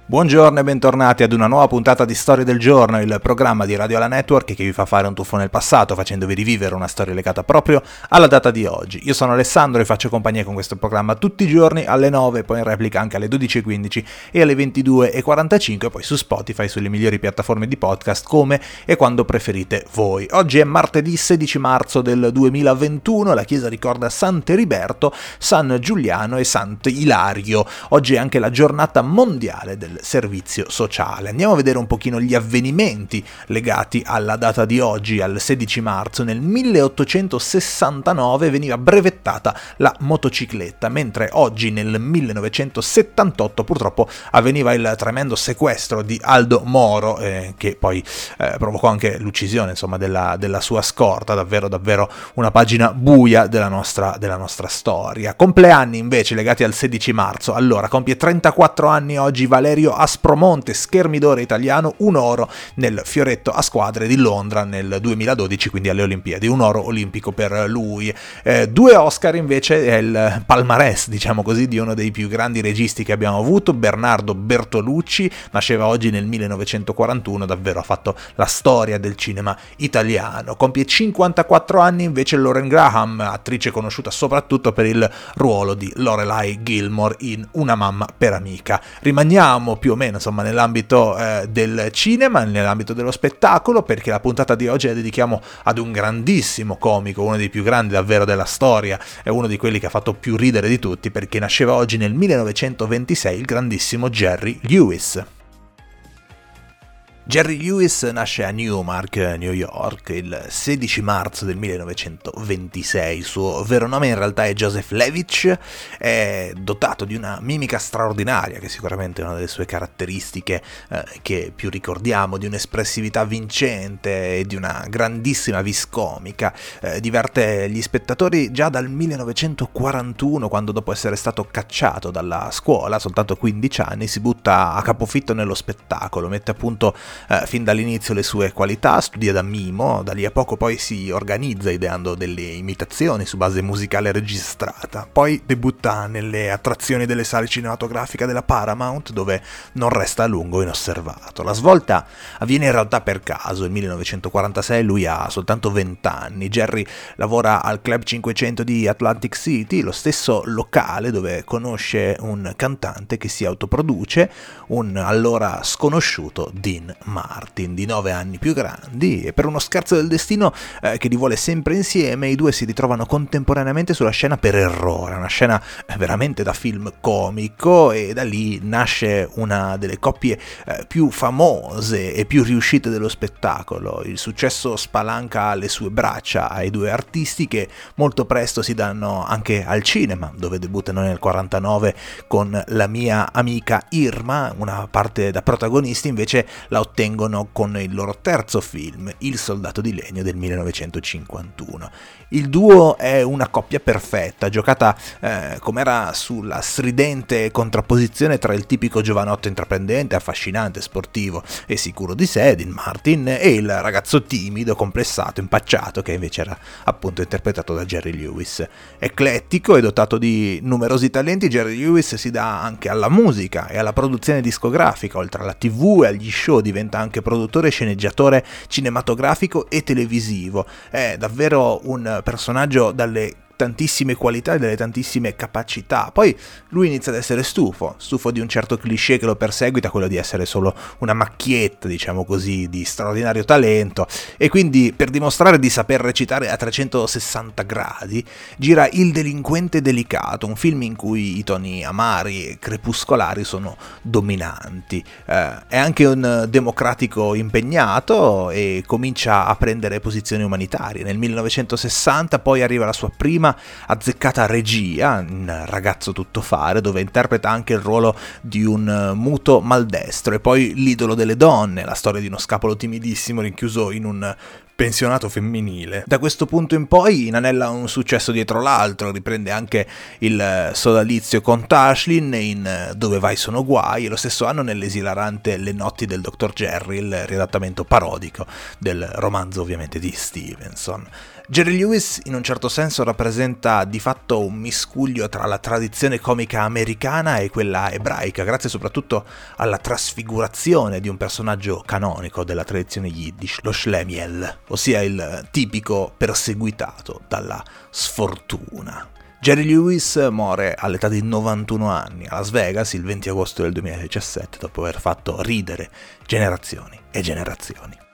Buongiorno e bentornati ad una nuova puntata di Storie del Giorno, il programma di Radio La Network che vi fa fare un tuffo nel passato facendovi rivivere una storia legata proprio alla data di oggi. Io sono Alessandro e faccio compagnia con questo programma tutti i giorni alle 9, poi in replica anche alle 12.15 e alle 22.45, poi su Spotify, sulle migliori piattaforme di podcast come e quando preferite voi. Oggi è martedì 16 marzo del 2021, la chiesa ricorda Sant'Eriberto, San Giuliano e Sant'Ilario. Oggi è anche la giornata mondiale del servizio sociale. Andiamo a vedere un pochino gli avvenimenti legati alla data di oggi, al 16 marzo. Nel 1869 veniva brevettata la motocicletta, mentre oggi nel 1978 purtroppo avveniva il tremendo sequestro di Aldo Moro, che poi provocò anche l'uccisione, insomma, della sua scorta. Davvero una pagina buia della nostra storia. Compleanni invece legati al 16 marzo. Allora, compie 34 anni oggi Valerio Aspromonte, schermidore italiano, un oro nel fioretto a squadre di Londra nel 2012, quindi alle Olimpiadi, un oro olimpico per lui. 2 Oscar invece è il palmarès, diciamo così, di uno dei più grandi registi che abbiamo avuto, Bernardo Bertolucci. Nasceva oggi nel 1941, davvero ha fatto la storia del cinema italiano. Compie 54 anni invece Lauren Graham, attrice conosciuta soprattutto per il ruolo di Lorelai Gilmore in Una mamma per amica. Rimaniamo più o meno, insomma, nell'ambito del cinema, nell'ambito dello spettacolo, perché la puntata di oggi la dedichiamo ad un grandissimo comico, uno dei più grandi davvero della storia, è uno di quelli che ha fatto più ridere di tutti, perché nasceva oggi nel 1926 il grandissimo Jerry Lewis. Jerry Lewis nasce a Newmark, New York, il 16 marzo del 1926. Il suo vero nome in realtà è Joseph Levitch, è dotato di una mimica straordinaria, che sicuramente è una delle sue caratteristiche che più ricordiamo, di un'espressività vincente e di una grandissima vis comica. Diverte gli spettatori già dal 1941, quando dopo essere stato cacciato dalla scuola, soltanto 15 anni, si butta a capofitto nello spettacolo, mette a punto fin dall'inizio le sue qualità, studia da mimo, da lì a poco poi si organizza ideando delle imitazioni su base musicale registrata, poi debutta nelle attrazioni delle sale cinematografiche della Paramount, dove non resta a lungo inosservato. La svolta avviene in realtà per caso. Nel 1946 lui ha soltanto 20 anni, Jerry lavora al Club 500 di Atlantic City, lo stesso locale dove conosce un cantante che si autoproduce, un allora sconosciuto Dean Martin, di 9 anni più grandi, e per uno scherzo del destino che li vuole sempre insieme, i due si ritrovano contemporaneamente sulla scena per errore, una scena veramente da film comico, e da lì nasce una delle coppie più famose e più riuscite dello spettacolo. Il successo spalanca le sue braccia ai due artisti, che molto presto si danno anche al cinema, dove debuttano nel 49 con La mia amica Irma. Una parte da protagonisti invece la ottengono con il loro terzo film, Il soldato di legno del 1951. Il duo è una coppia perfetta, giocata come era sulla stridente contrapposizione tra il tipico giovanotto intraprendente, affascinante, sportivo e sicuro di sé, Dean Martin, e il ragazzo timido, complessato, impacciato, che invece era appunto interpretato da Jerry Lewis. Eclettico e dotato di numerosi talenti, Jerry Lewis si dà anche alla musica e alla produzione discografica, oltre alla TV e agli show diventa anche produttore e sceneggiatore cinematografico e televisivo. È davvero un personaggio dalle tantissime qualità e delle tantissime capacità. Poi lui inizia ad essere stufo di un certo cliché che lo perseguita, quello di essere solo una macchietta, diciamo così, di straordinario talento, e quindi, per dimostrare di saper recitare a 360 gradi, gira Il delinquente delicato, un film in cui i toni amari e crepuscolari sono dominanti. È anche un democratico impegnato e comincia a prendere posizioni umanitarie. Nel 1960 poi arriva la sua prima azzeccata regia in Ragazzo tuttofare, dove interpreta anche il ruolo di un muto maldestro, e poi L'idolo delle donne, la storia di uno scapolo timidissimo rinchiuso in un pensionato femminile. Da questo punto in poi inanella un successo dietro l'altro, riprende anche il sodalizio con Tashlin in Dove vai sono guai, e lo stesso anno nell'esilarante Le notti del Dr. Jerry, il riadattamento parodico del romanzo ovviamente di Stevenson. Jerry Lewis in un certo senso rappresenta di fatto un miscuglio tra la tradizione comica americana e quella ebraica, grazie soprattutto alla trasfigurazione di un personaggio canonico della tradizione yiddish, lo Shlemiel, ossia il tipico perseguitato dalla sfortuna. Jerry Lewis muore all'età di 91 anni a Las Vegas il 20 agosto del 2017 dopo aver fatto ridere generazioni e generazioni.